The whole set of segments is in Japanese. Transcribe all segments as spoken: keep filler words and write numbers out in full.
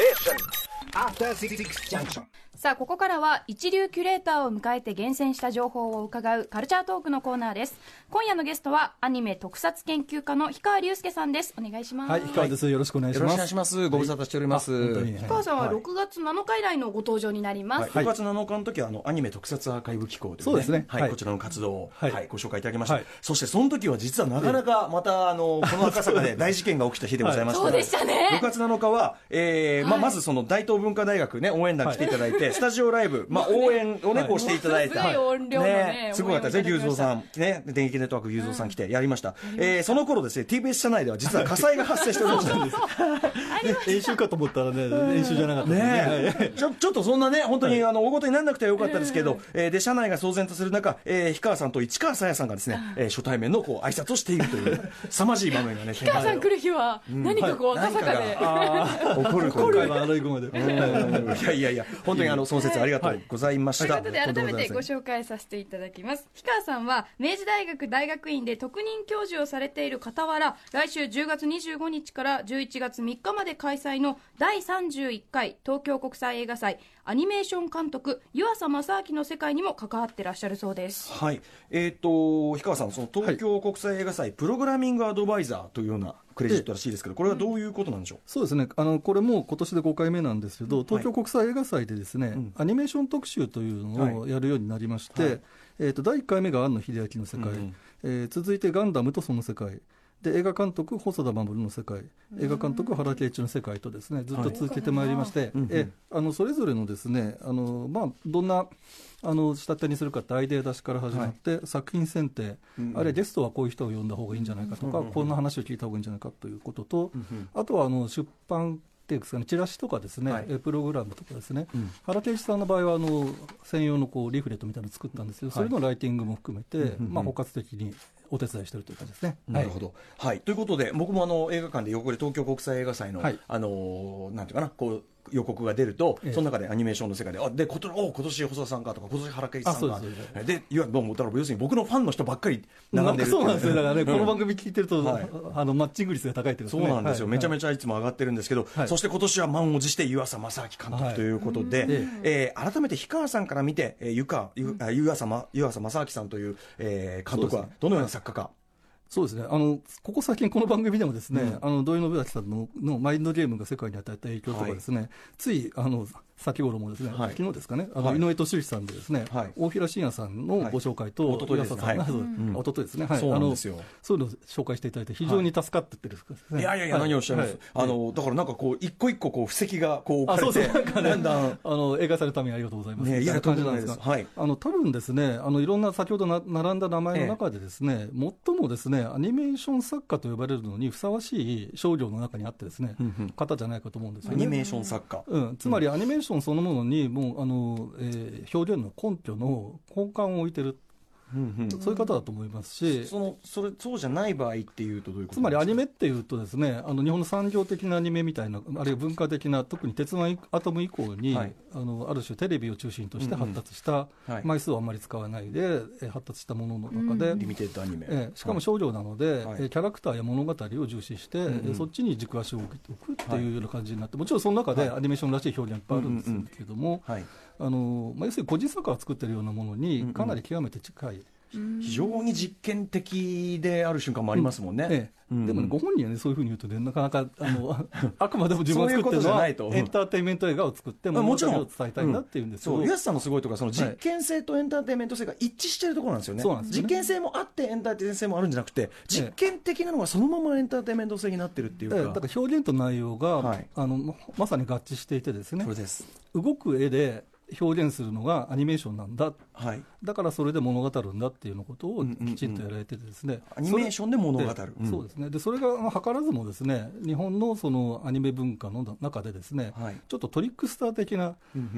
After Six Junction。 さあここからは一流キュレーターを迎えて厳選した情報を伺うカルチャートークのコーナーです。今夜のゲストはアニメ特撮研究家の氷川隆介さんです。お願いします。 はい、氷川です。よろしくお願いします。 よろしくお願いします。ご無沙汰しております。 はい、 氷川さんはろくがつなのか以来のご登場になります。 はいはい、ろくがつなのかの時はあのアニメ特撮アーカイブ機構という、ね、 そうですね、 はいはい、こちらの活動を、はいはい、ご紹介いただきました、はい、そしてその時は実はなかなかまたあのこの赤坂で大事件が起きた日でございました、 そうでしたね。 ろくがつなのかは、えーまあ、まずその大東文化大学、ね、応援団来ていただいて、はい、スタジオライブ、まあ、応援を、ね、こうしていただいた、 すごい音量のね、 ね、すごかったですね。牛蔵さん、ね、電撃ネットワーク牛蔵さん来てやりました、うん、えー、その頃ですね ティービーエス 社内では実は火災が発生しておりました演習かと思ったらね、演習じゃなかったですね。 ねちょ、ちょっとそんなね、本当にあの大ごとにならなくてはよかったですけど、えー、で社内が騒然とする中、えー、氷川さんと市川紗耶さんがですね、えー、初対面のこう挨拶をしているという凄まじい場面がね、 氷川さん来る日は何かこう、うん、赤坂で、 はい、起こる今回は悪い声で、 いやいやいや、本当にあのその説ありがとうございました。 ということで改めてご紹介させていただきます。氷川さんは明治大学大学院で特任教授をされている傍ら、来週じゅうがつにじゅうごにちからじゅういちがつみっかまで開催のだいさんじゅういっかい東京国際映画祭アニメーション監督湯浅正明の世界にも関わってらっしゃるそうです。 はい、えー、と氷川さん、その東京国際映画祭、はい、プログラミングアドバイザーというようなクレジットらしいですけど、これはどういうことなんでしょう。 そうですね、あのこれも今年でごかいめなんですけど、東京国際映画祭でですね、はい、アニメーション特集というのをやるようになりまして、はい、えー、とだいいっかいめが庵野秀明の世界、うん、えー、続いてガンダムとその世界で、映画監督細田守の世界、映画監督原敬一の世界とですねずっと続けてまいりまして、はい、えあのそれぞれのですね、あの、まあ、どんなあの仕立てにするかってアイデア出しから始まって、はい、作品選定、うん、あるいはゲストはこういう人を呼んだ方がいいんじゃないかとか、うん、こんな話を聞いた方がいいんじゃないかということと、うん、あとはあの出版っていうんですかね、チラシとかですね、はい、プログラムとかですね、うん、原敬一さんの場合はあの専用のこうリフレットみたいなのを作ったんですけど、はい、それのライティングも含めて、はい、まあ、包括的にお手伝いしているという感じですね。 なるほど、はいはい、ということで僕もあの映画館で横で東京国際映画祭の、はい、あのなんていうかな、こう予告が出ると、ええ、その中でアニメーションの世界で、あでことお今年細田さんかとか、今年原敬一さんかで、いやもうだから要するに僕のファンの人ばっかり並んでるっていう、 そうなんですよ。だからね、うん、この番組聞いてると、はい、あのマッチング率が高いっていうことですね。 そうなんですよ、はい、めちゃめちゃいつも上がってるんですけど、はい、そして今年は満を持して湯浅正明監督ということで、はい、えー、改めて氷川さんから見て、えー、湯川湯浅正明さんという、えー、監督はどのような作家か。 そうですね、あのここ最近この番組でもですね、うん、あの土井信明さん の, のマインドゲームが世界に与えた影響とかですね、はい、ついあの先頃もですね、はい、昨日ですかね、あの、はい、井上俊之さんでですね、はい、大平信也さんのご紹介と、はい、おとといですね、はい、おとといですね、はい、 そうなんですよ。 そういうのを紹介していただいて非常に助かってってるんですね。 いやいやいや、何をおっしゃいます、はい、あのだからなんかこう一個一個こう布石がこう置かれて、 あ、そうそう、なんかね、だんだんあの映画されるためにありがとうございます、ね、いや感じなんですが、はい、あの多分ですね、あのいろんな先ほどな並んだ名前の中でですね、ええ、最もですねアニメーション作家と呼ばれるのにふさわしい商業の中にあってですね、うんうん、方じゃないかと思うんですよね。 アニメーション作家、 うん、つまりアニメーションそのものにもうあの、えー、表現の根拠の根幹を置いてる、うんうん、そういう方だと思いますし、 そのそれそうじゃない場合っていうとどういうことですか。 つまりアニメっていうとですね、あの日本の産業的なアニメみたいな、あるいは文化的な、特に鉄腕アトム以降に、はい、あのある種テレビを中心として発達した、うんうん、はい、枚数をあんまり使わないで、え発達したものの中で、 うん、リミテッドアニメ、 えしかも商業なので、はい、えキャラクターや物語を重視して、うんうん、そっちに軸足を置くっていうような感じになって、もちろんその中でアニメーションらしい表現いっぱいあるんですけども、あのまあ、要するに個人作家が作ってるようなものにかなり極めて近い、うんうん、 非常に実験的である瞬間もありますもんね、うん、ええ、うん、 でもね、ご本人はねそういうふうに言うとね、なかなかあのあくまでも自分を作ってるのはエンターテインメント映画を作って物語を伝えたいんだっていうんですけど、 そう、安さんのすごいところはその実験性とエンターテインメント性が一致してるところなんですよね。そうなんですね。実験性もあってエンターテインメント性もあるんじゃなくて、実験的なのがそのままエンターテインメント性になってるっていうか、ええ、 だから表現と内容が、はい、あのまさに合致していてですね、 それです。 動く絵で表現するのがアニメーションなんだ、 はい、 だからそれで物語るんだっていうのことをきちんとやられててですね、うんうんうん、 アニメーションで物語る、 うん、そうですね。でそれが図らずもですね、日本のそのアニメ文化の中でですね、はい、ちょっとトリックスター的な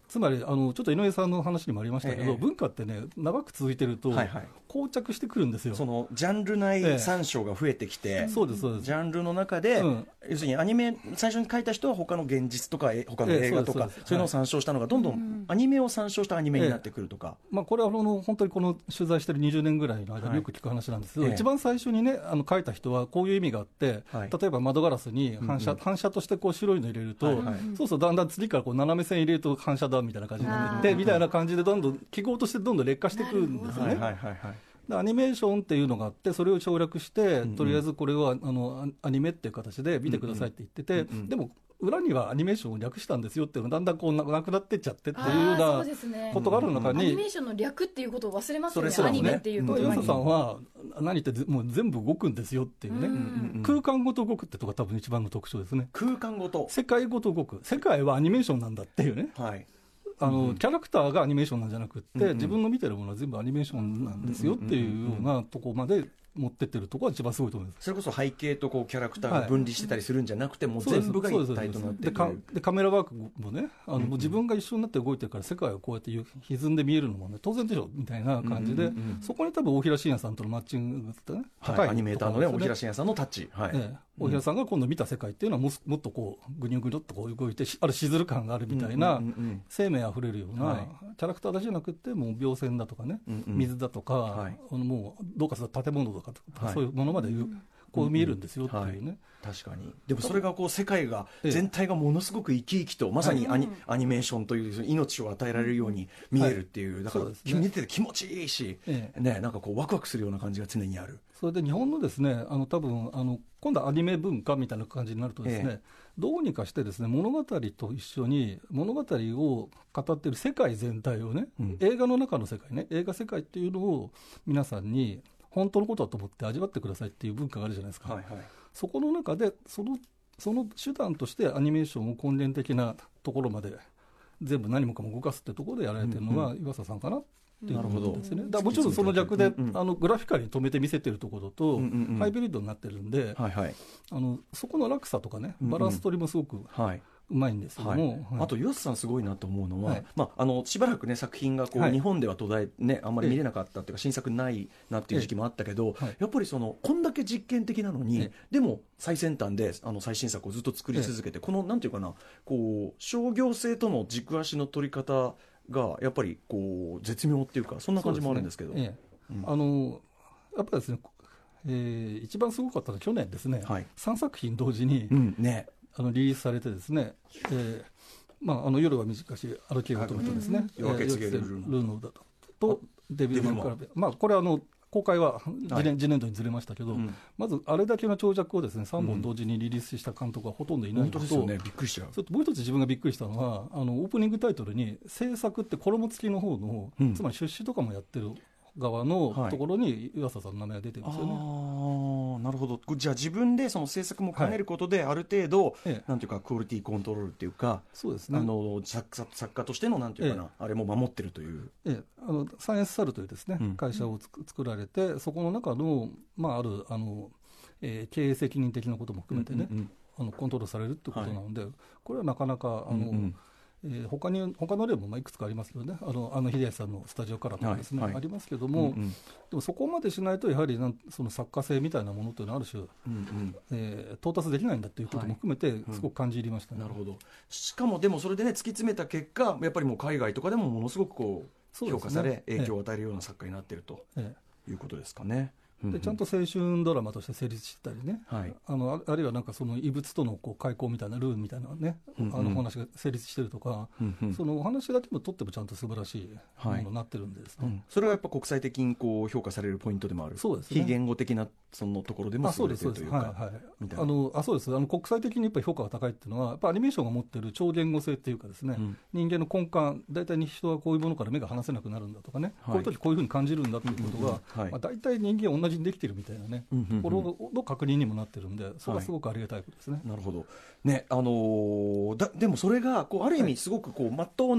つまりあのちょっと井上さんの話にもありましたけど、ええ、文化ってね長く続いてると、はいはい、膠着してくるんですよ。 そのジャンル内参照が増えてきて、ええ、 そうですそうです。 ジャンルの中で、うん、要するにアニメ最初に書いた人は他の現実とか他の映画とか、ええ、そう, そういうのを参照したのがどんどんアニメを参照したアニメになってくるとか、 ええまあ、これはあの本当にこの取材してるにじゅうねんぐらいの間によく聞く話なんですけど、はい、一番最初にねあの書いた人はこういう意味があって、はい、例えば窓ガラスに反射、うんうん、反射としてこう白いの入れると、はいはい、そうそうだんだん次からこう斜め線入れると反射だみたいな感じになってみたいな感じでどんどん記号としてどんどん劣化してくるんですよね。アニメーションっていうのがあってそれを省略して、うんうん、とりあえずこれはあのアニメっていう形で見てくださいって言ってて、うんうん、でも裏にはアニメーションを略したんですよっていうのがだんだんこう な, なくなってっちゃってっていうようなことがある中に、 アニメーションの略っていうことを忘れますよね。アニメっていう言葉に岩佐さんは何言ってもう全部動くんですよっていうね、うんうんうん、空間ごと動くってとこが多分一番の特徴ですね。 空間ごと世界ごと動く、世界はアニメーションなんだっていうね、はい、あのうん、キャラクターがアニメーションなんじゃなくって、うんうん、自分の見てるものは全部アニメーションなんですよっていうようなところまで持ってってるところが一番すごいと思います。 それこそ背景とこうキャラクターが分離してたりするんじゃなくて、はい、もう全部が一体となってくる。 でカメラワークもねあの、うんうん、もう自分が一緒になって動いてるから世界をこうやって歪んで見えるのも、ね、当然でしょみたいな感じで、うんうんうん、そこに多分大平信也さんとのマッチングってね、 はい、高いアニメーターのね大平信也さんのタッチ、はいええ、大平さんが今度見た世界っていうのはももっとこうぐにゅぐにゅっとこう動いてあるしずる感があるみたいな、うんうんうん、生命あふれるような、はい、キャラクターだけじゃなくてもう描線だとかね、うんうん、水だとか、はい、あのもうどうかする建物とか、はい、そういうものまでこう見えるんですよっていうね、うんうんはい、 確かに。でもそれがこう世界が全体がものすごく生き生きと、まさにア ニ,、はい、アニメーションという命を与えられるように見えるっていう、はい、だから、ね、見てて気持ちいいし、ええね、なんかこうワクワクするような感じが常にある。 それで日本のですねあの多分あの今度はアニメ文化みたいな感じになるとですね、ええ、どうにかしてですね物語と一緒に物語を語っている世界全体をね、うん、映画の中の世界ね映画世界っていうのを皆さんに本当のことだと思って味わってくださいっていう文化があるじゃないですか、はいはい、そこの中でその、その手段としてアニメーションを根源的なところまで全部何もかも動かすってところでやられてるのが岩佐さんかなっていうことですね。だからもちろんその逆で、うんうん、あのグラフィカルに止めて見せてるところと、うんうんうん、ハイブリッドになってるんで、はいはい、あのそこの落差とかねバランス取りもすごく、うんうんはいうまいんですけども、はいはい、 あと岩瀬さんすごいなと思うのは、はいまあ、あのしばらく、ね、作品がこう、はい、日本では途絶え、ね、あんまり見れなかったっていうか新作ないなっていう時期もあったけど、はい、やっぱりそのこんだけ実験的なのに、はい、でも最先端であの最新作をずっと作り続けて、はい、このなんていうかなこう商業性との軸足の取り方がやっぱりこう絶妙っていうかそんな感じもあるんですけど、 ねええうん、あのやっぱりですね、えー、一番すごかったのは去年ですね、はい、さんさく品同時に、うんねあのリリースされてですね、えーまあ、あの夜は短し歩きが止めてですね、 夜明け告げるルーノだとデビューマンからまあこれはあの公開は次年、はい、次年度にずれましたけど、うん、まずあれだけの長尺をですねさんぼん同時にリリースした監督はほとんどいないのと、うん、本当ですよね、びっくりしちゃう。ちょっともう一つ自分がびっくりしたのはあのオープニングタイトルに制作って衣付きの方の、うん、つまり出資とかもやってる側のところに岩佐さんの名前が出てるんですよね、はい、 あなるほど。じゃあ自分でその制作も兼ねることである程度、はい、なんていうかクオリティコントロールっていうかそうです、ね、 あの 作, 作家としてのなんていうかな、ええ、あれも守ってるという、 ええ、あのサイエンスサルというですね、うん、会社をつく作られてそこの中の、まあ、あるあの、えー、経営責任的なことも含めてね、うんうんうん、あのコントロールされるってことなので、はい、これはなかなかあの、うんうんえー、他に他の例もまあいくつかありますけどね、あのあの秀康さんのスタジオからとかですね、はいはい、ありますけども、うんうん、でもそこまでしないとやはりなんその作家性みたいなものというのはある種、うんうんえー、到達できないんだということも含めてすごく感じ入りましたね、 はいうん、なるほど。しかもでもそれでね突き詰めた結果やっぱりもう海外とかでもものすごくこう評価され、ね、影響を与えるような作家になっていると、ええ、いうことですかね。 でちゃんと青春ドラマとして成立してたりね、はい、あの あ, あるいはなんかその異物とのこう開口みたいなルールみたいなね、うんうん、あのお話が成立してるとか、うんうん、そのお話だけもとってもちゃんと素晴らしいものになってるんでですね、 はいうん、それはやっぱ国際的にこう評価されるポイントでもある。そうですね、非言語的なそのところでも優れてるというか、 あのあそうです、あの国際的にやっぱり評価が高いっていうのはやっぱアニメーションが持ってる超言語性っていうかですね、うん、人間の根幹、大体人はこういうものから目が離せなくなるんだとかね、はい、こういう時こういうふうに感じるんだということが、うんうんはいまあ、大体人間同じにできてるみたいなね、うんうんうん、これの確認にもなってるんで、それはすごくありがたいことですね、 はい、なるほど、ねあのー、だでもそれがこうある意味すごくこう真っ当な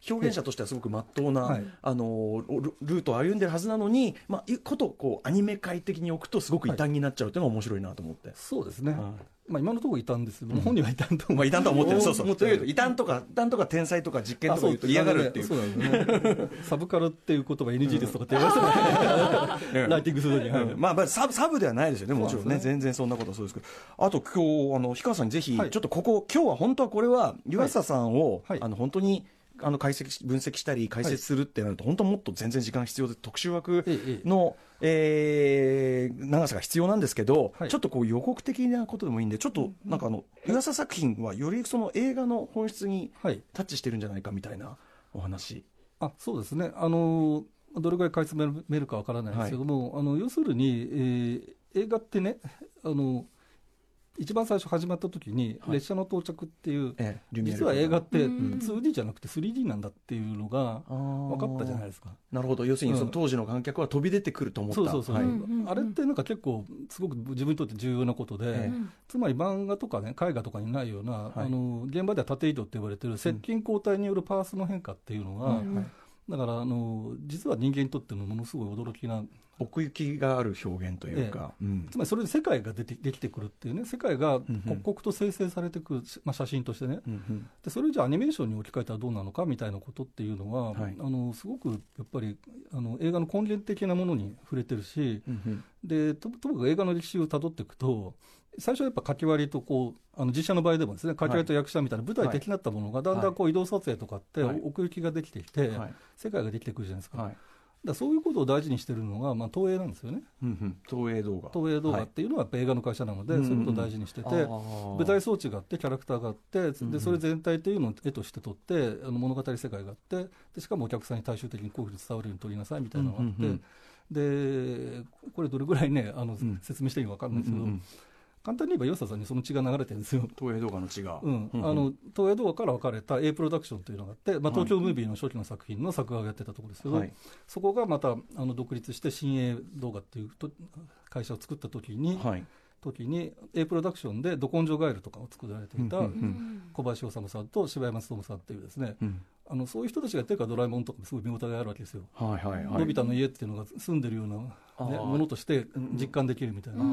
表現者としてはすごく真っ当な、はい、あの ル, ルートを歩んでるはずなのに、まあ、ことこうアニメ界的に置くとすごく異端になっちゃうっていうのが面白いなと思って、はい、 そうですね、はい、まあ、今のところ異端ですけど、うん、本人は異端と、 まあ、異端とは思ってる、そうそう、という異端とか異端とか天才とか実験とか言うと嫌がるっていう、 そうなんですねサブカルっていう言葉 エヌジー ですとかって言われてたねライティングするに、はい、 まあ、まあ、サブ、サブではないですよね、もちろんね、全然そんなことはそうですけど、あと今日あの氷川さんにぜひ、はい、ちょっとここ今日は本当はこれは湯浅さんを、はい、あの本当にあの解析分析したり解説するってなると、はい、本当はもっと全然時間必要で特集枠の、えええー、長さが必要なんですけど、はい、ちょっとこう予告的なことでもいいんで、ちょっとなんかあの湯浅作品はよりその映画の本質にタッチしてるんじゃないかみたいなお話、 はい、あ、そうですね、あのどれぐらい買い詰めるかわからないですけども、はい、あの要するに、えー、映画ってね、あの一番最初始まった時に列車の到着っていう、はい、ええ、実は映画って ツーディー じゃなくて スリーディー なんだっていうのが分かったじゃないですか。 なるほど、要するにその当時の観客は飛び出てくると思った、 そうそうそう、はい、あれってなんか結構すごく自分にとって重要なことで、ええ、つまり漫画とかね絵画とかにないような、はい、あの現場では縦移動って言われてる接近交代によるパースの変化っていうのが、うん、はい、だからあの実は人間にとってのものすごい驚きな奥行きがある表現というか、 ええ、うん、つまりそれで世界が出てできてくるっていうね、世界が刻々と生成されてくる、まあ、写真としてね、うんうん、でそれをじゃあアニメーションに置き換えたらどうなのかみたいなことっていうのは、はい、あのすごくやっぱりあの映画の根源的なものに触れてるし、うんうん、で と, ともかく映画の歴史をたどっていくと最初はやっぱ書き割りとこうあの実写の場合でもですね、書き割りと役者みたいな舞台的なったものがだんだんこう移動撮影とかって奥行きができてきて、はい、世界ができてくるじゃないですか、はい、だそういうことを大事にしてるのが、まあ、東映なんですよね、うんうん、 東映動画東映動画っていうのはやっぱ映画の会社なので、はい、そういうことを大事にしてて、うんうん、舞台装置があってキャラクターがあって、うんうん、でそれ全体というのを絵として撮ってあの物語世界があってでしかもお客さんに大衆的にこういうふうに伝わるように撮りなさいみたいなのがあって、うんうんうん、でこれどれぐらいねあの、うん、説明していいのか分かんないですけど、うんうんうん、簡単に言えば湯浅さんにその血が流れてるんですよ。 東映動画の血が、 うんうんうん、あの東映動画から分かれた A プロダクションというのがあって、まあ、東京ムービーの初期の作品の作画をやってたところですけど、はい、そこがまたあの独立して新 A 動画っていうと会社を作った時に、はい、時に A プロダクションでど根性ガエルとかを作られていた小林修さんと柴山勉さんっていうですね、うん、あのそういう人たちがやってるからドラえもんとかすごい見応えがあるわけですよ、はいはいはい、のび太の家っていうのが住んでるような、ね、ものとして実感できるみたいな、うん、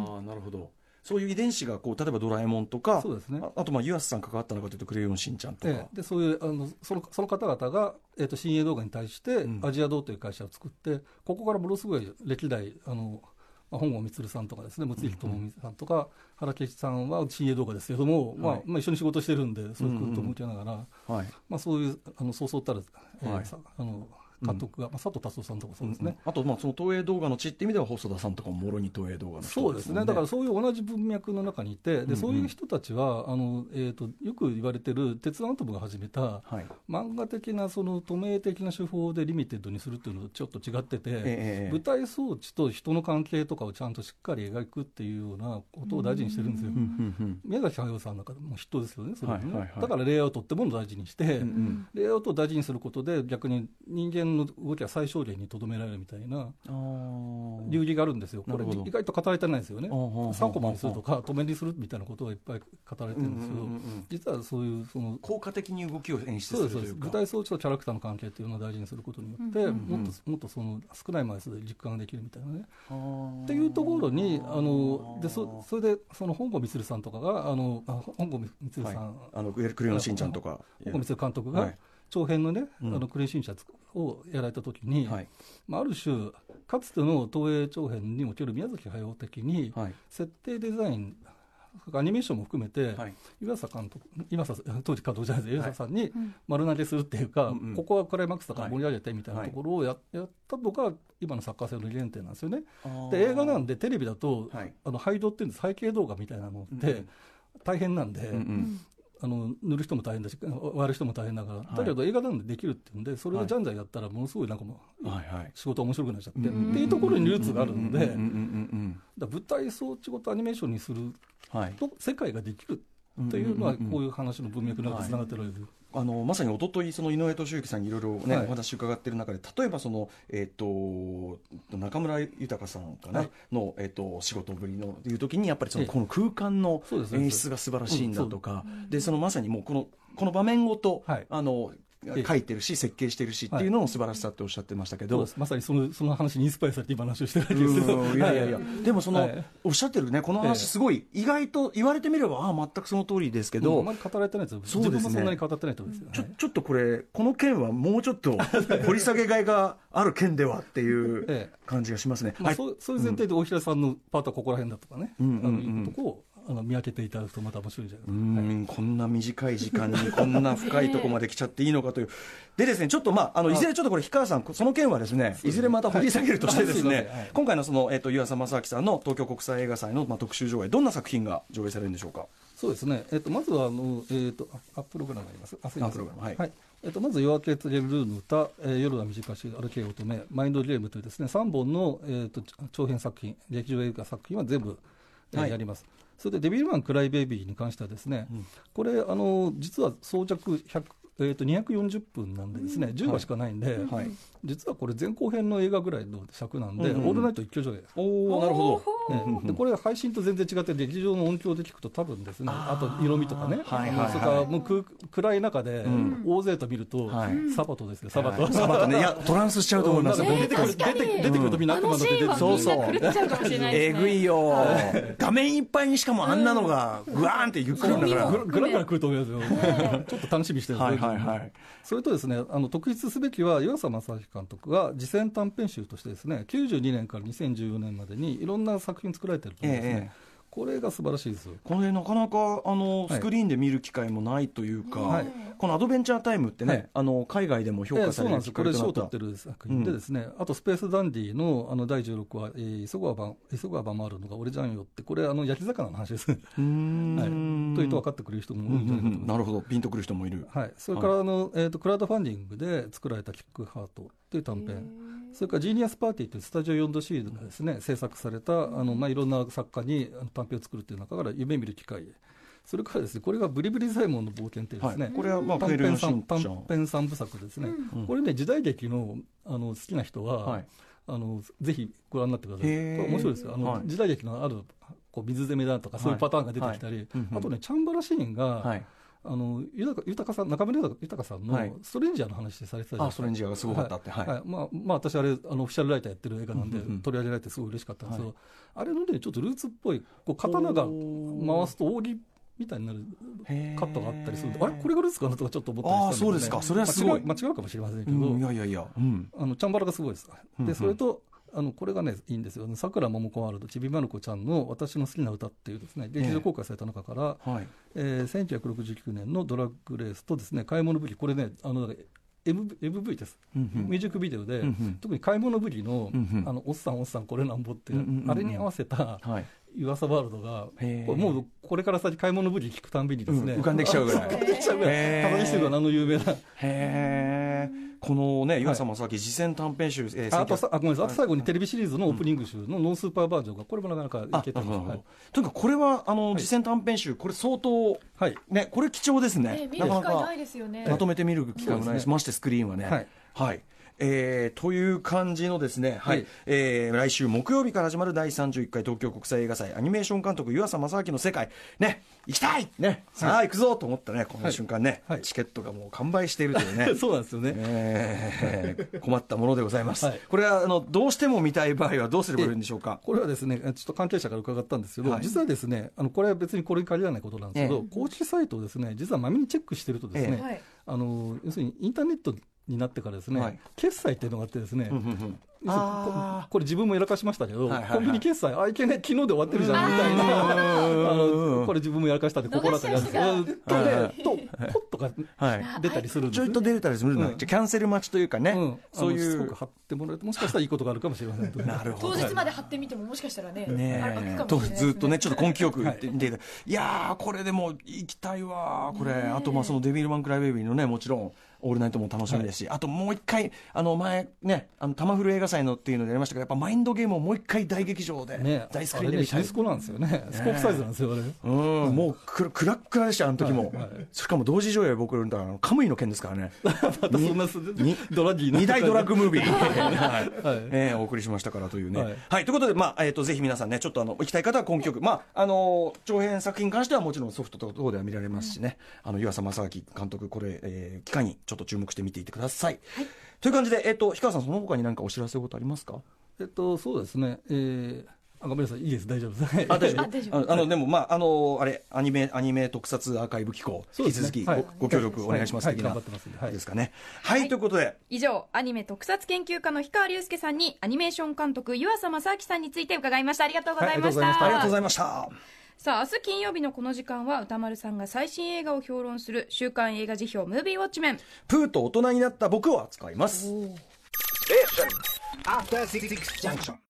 ああなるほど、そういう遺伝子がこう例えばドラえもんとか、そうですね、あ, あとまあ湯浅さん関わったのかというとクレヨンしんちゃんとか、ええ、でそういうあの そ, のその方々が、えー、と新映動画に対してアジア堂という会社を作って、うん、ここからものすごい歴代あの、まあ、本郷充さんとかですね、六井智美さんとか、うんうん、原敬さんは新映動画ですけども、はいまあまあ、一緒に仕事してるんでそういうことを向けながら、うんうんはいまあ、そういうあのそうそうたる、えーはい、あの監督が、うんまあ、佐藤達夫さんとかそうですね、 うん、あとまあその東映動画の地って意味では細田さんとかももろに東映動画の人です、ね、 そうですね、だからそういう同じ文脈の中にいて、でそういう人たちはあの、えー、とよく言われてる鉄腕アトムが始めた、はい、漫画的なその透明的な手法でリミテッドにするっていうのとちょっと違ってて、えー、舞台装置と人の関係とかをちゃんとしっかり描くっていうようなことを大事にしてるんですよ。宮崎駿さんなんかも筆頭ですよね、それね、はいはいはい、だからレイアウトってものを大事にして、うんうん、レイアウトを大事にすることで逆に人間の動きは最小限にとどめられるみたいな流儀があるんですよ。これ意外と語られてないですよね。さんコマにするとか止めにするみたいなことがいっぱい語られてるんですけど、うんうんうん、実はそういうその効果的に動きを演出するというか、そうです、 舞台装置とキャラクターの関係というのを大事にすることによって、うんうんうん、もっともっとその少ない枚数で実感ができるみたいなねっていうところにあので そ, それでその本郷充さんとかがあのあ本郷充さん、はい、 あのクレヨンしんちゃんとか本郷充監督が、はい長編のね、うん、あのクレヨンしんちゃんをやられたときに、はいまあ、ある種かつての東映長編における宮崎駿的に、はい、設定デザインアニメーションも含めて、はい、湯浅監督湯浅当時監督じゃないです湯浅さんに丸投げするっていうか、はい、ここはクライマックスだから盛り上げてみたいなところを や,、はい、やったのが今のサッカー性の原点なんですよね。で映画なんでテレビだと、はい、あの配動っていうんです背景動画みたいなのって、うん、大変なんで、うんうんあの塗る人も大変だし割る人も大変だから、はい、だけど映画なんでできるっていうんでそれをじゃんじゃんやったらものすごいなんかもう、はいはい、仕事面白くなっちゃって、はいはい、っていうところにルーツがあるので舞台装置ごとアニメーションにすると世界ができるっていうのはこういう話の文脈につながってるわけです、はいあのまさに一昨日その井上俊之さんにいろいろね、はい、お話伺っている中で例えばその、えー、と中村豊さんかな、はい、の、えー、と仕事ぶりのいう時にやっぱりそのこの空間の演出が素晴らしいんだとか、でそのまさにもうこのこの場面ごと、はい、あの書いてるし設計してるしっていうのの素晴らしさっておっしゃってましたけど、 まさにそのその話にインスパイアされて今話をしてるわけですけど、 いやいやいや、でもその、はい、おっしゃってるねこの話すごい、意外と言われてみればああ全くその通りですけど、うん、 あまり語られてないですよ。そうですね、自分もそんなに語ってないと思うんですよ。 ちょ、ちょっとこれこの件はもうちょっと掘り下げがいがある件ではっていう感じがしますね。 まあ、そう、そういう前提で大平さんのパートはここら辺だとかね、うんうんうん、あのいうとこをあの見分けていただくとまた面白いじゃないですか。 うん、はい、こんな短い時間にこんな深いところまで来ちゃっていいのかというでですね、ちょっとまあ、あのいずれちょっとこれ氷川さんその件はですね、いずれまた掘り下げるとしてですね、はい、今回のその、えー、と湯浅正明さんの東京国際映画祭の、まあ、特集上映、どんな作品が上映されるんでしょうか。 そうですね、えー、とまずはあの、えー、とあプログラムがあります。あ、すいません。 プログラム、はい、 はい、えー、とまず夜明け告げるルーの歌、えー、夜は短し歩け乙女、マインドゲームというですねさんぼんの、えー、と長編作品、劇場映画作品は全部、えーはい、やります。それでデビルマンクライベイビーに関してはですね、うん、これあの実は装着ひゃくえー、とにひゃくよんじゅっぷんなんでですね、うん、じゅうわしかないんで、はい、実はこれ前後編の映画ぐらいの尺なんで、うんうん、オールナイト一挙上映。 おー、なるほど、ね、でこれ配信と全然違って劇場の音響で聞くと多分ですね、あと色味とかね、はいはいはい、それからもうく暗い中で大勢と見ると、はい、サバトですよ、サバト、はい、 サバトね、いやトランスしちゃうと思います。 出てくる出て出てくるとみんな悪魔の出てくる、 そうそう、 えぐいよ、はい、画面いっぱいにしかもあんなのがグワーンってゆっくりだからグラグラ来ると思いますよちょっと楽しみにしてるんですね。はいはいはい。それとですね、あの特筆すべきは湯浅正明監督が自選短編集としてですね、きゅうじゅうにねんからにせんじゅうよねんまでにいろんな作品作られてると思うんですね、ええ、これが素晴らしいです。 これなかなかあのスクリーンで見る機会もないというか、はい、このアドベンチャータイムってね、はい、あの海外でも評価される機会となった、ええ、そうなんです。これ賞を取ってる作品でですね、うん、あとスペースダンディ の, あのだいじゅうろくわ、えー、急がば急がば回るのが俺じゃんよって、これあの焼き魚の話です。うーん、はい、というと分かってくれる人も多いんじゃないかと思います、うんうんうん、 なるほど、ピンとくる人もいる、 はい、それからあの、えー、とクラウドファンディングで作られたキックハートという短編、それからジーニアスパーティーというスタジオ よんシールがですね、制作されたあの、まあ、いろんな作家に短編を作るという中から夢見る機会、それからですね、これがブリブリ左衛門の冒険というですね、はい、 これはまあ短編三短編三部作ですね、うん、これね時代劇 の, あの好きな人は、はい、あのぜひご覧になってください。これ面白いですよ。あの、はい、時代劇のあるこう水攻めだとかそういうパターンが出てきたり、はいはい、あとねチャンバラシーンが、はい、あの豊さん中村豊さんのストレンジャーの話でされてたじゃないですか。 あ、ストレンジャーがすごかったって、はいはい、 まあまあ、私あれあのオフィシャルライターやってる映画なんで、うんうん、取り上げられてすごい嬉しかったんですけど、はい、あれのねちょっとルーツっぽいこう刀が回すと扇みたいになるカットがあったりするんで、あれこれがルーツかなとかちょっと思ったりしたんです、ね、 あ、そうですか。それはすごい、 まあ、間違うかもしれませんけど、 うん、いやいやいや、うん、 あのチャンバラがすごいです。でそれとあのこれがねいいんですよ。さくらももこワールドちびまる子ちゃんの私の好きな歌っていうですね劇場公開された中から、えーはいえー、せんきゅうひゃくろくじゅうきゅうねんのドラッグレースとですね買い物武器、これねあの エムブイ です、うんうん、ミュージックビデオで、うんうん、特に買い物武器 の,、うんうん、あのおっさんおっさんこれなんぼって、うんうんうん、あれに合わせた、はい、湯浅ワールドがこれもうこれから先買い物武器聞くたんびにですね、 うん、浮かんできちゃうぐらい浮かんできちゃうぐらいたまにしてるのは何の有名なへーこのね湯浅正明次戦短編集、えー、あとさあごめんなさい、あと最後にテレビシリーズのオープニング集のノンスーパーバージョンがこれもなかなかいけてます、はい、 とにかくこれはあの、はい、次戦短編集これ相当、はいね、これ貴重ですね、 えー、見る機会ないですよね。 まとめて見る機会もないです、ね、ましてスクリーンはね、はいはいえー、という感じのですね、はいえー、来週木曜日から始まるだいさんじゅういっかい東京国際映画祭アニメーション監督湯浅正明の世界ね行きたいねさあ、はい、行くぞと思ったねこの瞬間ね、はい、チケットがもう完売しているというねそうなんですよね、 えー、困ったものでございます、はい、これはあのどうしても見たい場合はどうすればいいんでしょうか。 これはですねちょっと関係者から伺ったんですけど、はい、実はですねあのこれは別にこれに限らないことなんですけど、えー、公式サイトをですね実はまめにチェックしてるとですね、えー、あの要するにインターネットになってからですね、はい、決済っていうのがあってですね、うんうんうんあこ, これ自分もやらかしましたけど、はいはいはい、コンビニ決済あいけない昨日で終わってるじゃんみたいなあのこれ自分もやらかしたって心当たりあるんですけど、はいはい、とポッとか出たりするんです、ね、 ちょいと出たりするの、うん、じゃキャンセル待ちというかね、うん、そういうすごく貼ってもらえてもしかしたらいいことがあるかもしれませんなるほど当日まで貼ってみてももしかしたら ね, ねあるかもしれないですね。 ずっとねちょっと根気よく言ってみて、はい、いやーこれでも行きたいわこれ、ね、あとまあそのデビルマンクライベイビーのねもちろんオールナイトも楽しみですし、はい、あともう一回あの前ねあのタマフル映画画祭のっていうのでやりましたけど、やっぱマインドゲームをもう一回大劇場で、 ね、 大スクリーンで見たい。 あれね、ヒスコなんですよね。スコープサイズなんですよ、あれ。 うん、はい、もうくクラックラでした、あの時も。はいはい、しかも同時上映、僕らあのカムイの件ですからね。 またそんなドラギーの二大ドラッグムービー、はいえー、お送りしましたからというね。はい、はい、ということで、まあえー、とぜひ皆さんね、ちょっとあの行きたい方は今曲、まああの長編作品に関してはもちろんソフトとかでは見られますしね、うん、あの湯浅正明監督、これ、えー、機会にちょっと注目して見ていてください。はい、という感じで、えー、と氷川さん、その他に何かお知らせことありますか？ えっとそうですね、えーあごめんなさい、いいです、大丈夫です。 あ、大丈夫。あの、でも、まあ、あの、あれ、アニメ、アニメ特撮アーカイブ機構、引き続きご、はい、ご協力お願いします。的な、はい、はい、ですかね。はい、はい、ということで。 以上、アニメ特撮研究家の氷川隆介さんに、アニメーション監督、湯浅正明さんについて伺いました。ありがとうございました。はい、 ありがとうございました。 さあ、明日金曜日のこの時間は、歌丸さんが最新映画を評論する、週刊映画辞表、ムービーウォッチメン。 プーと大人になった僕を扱います。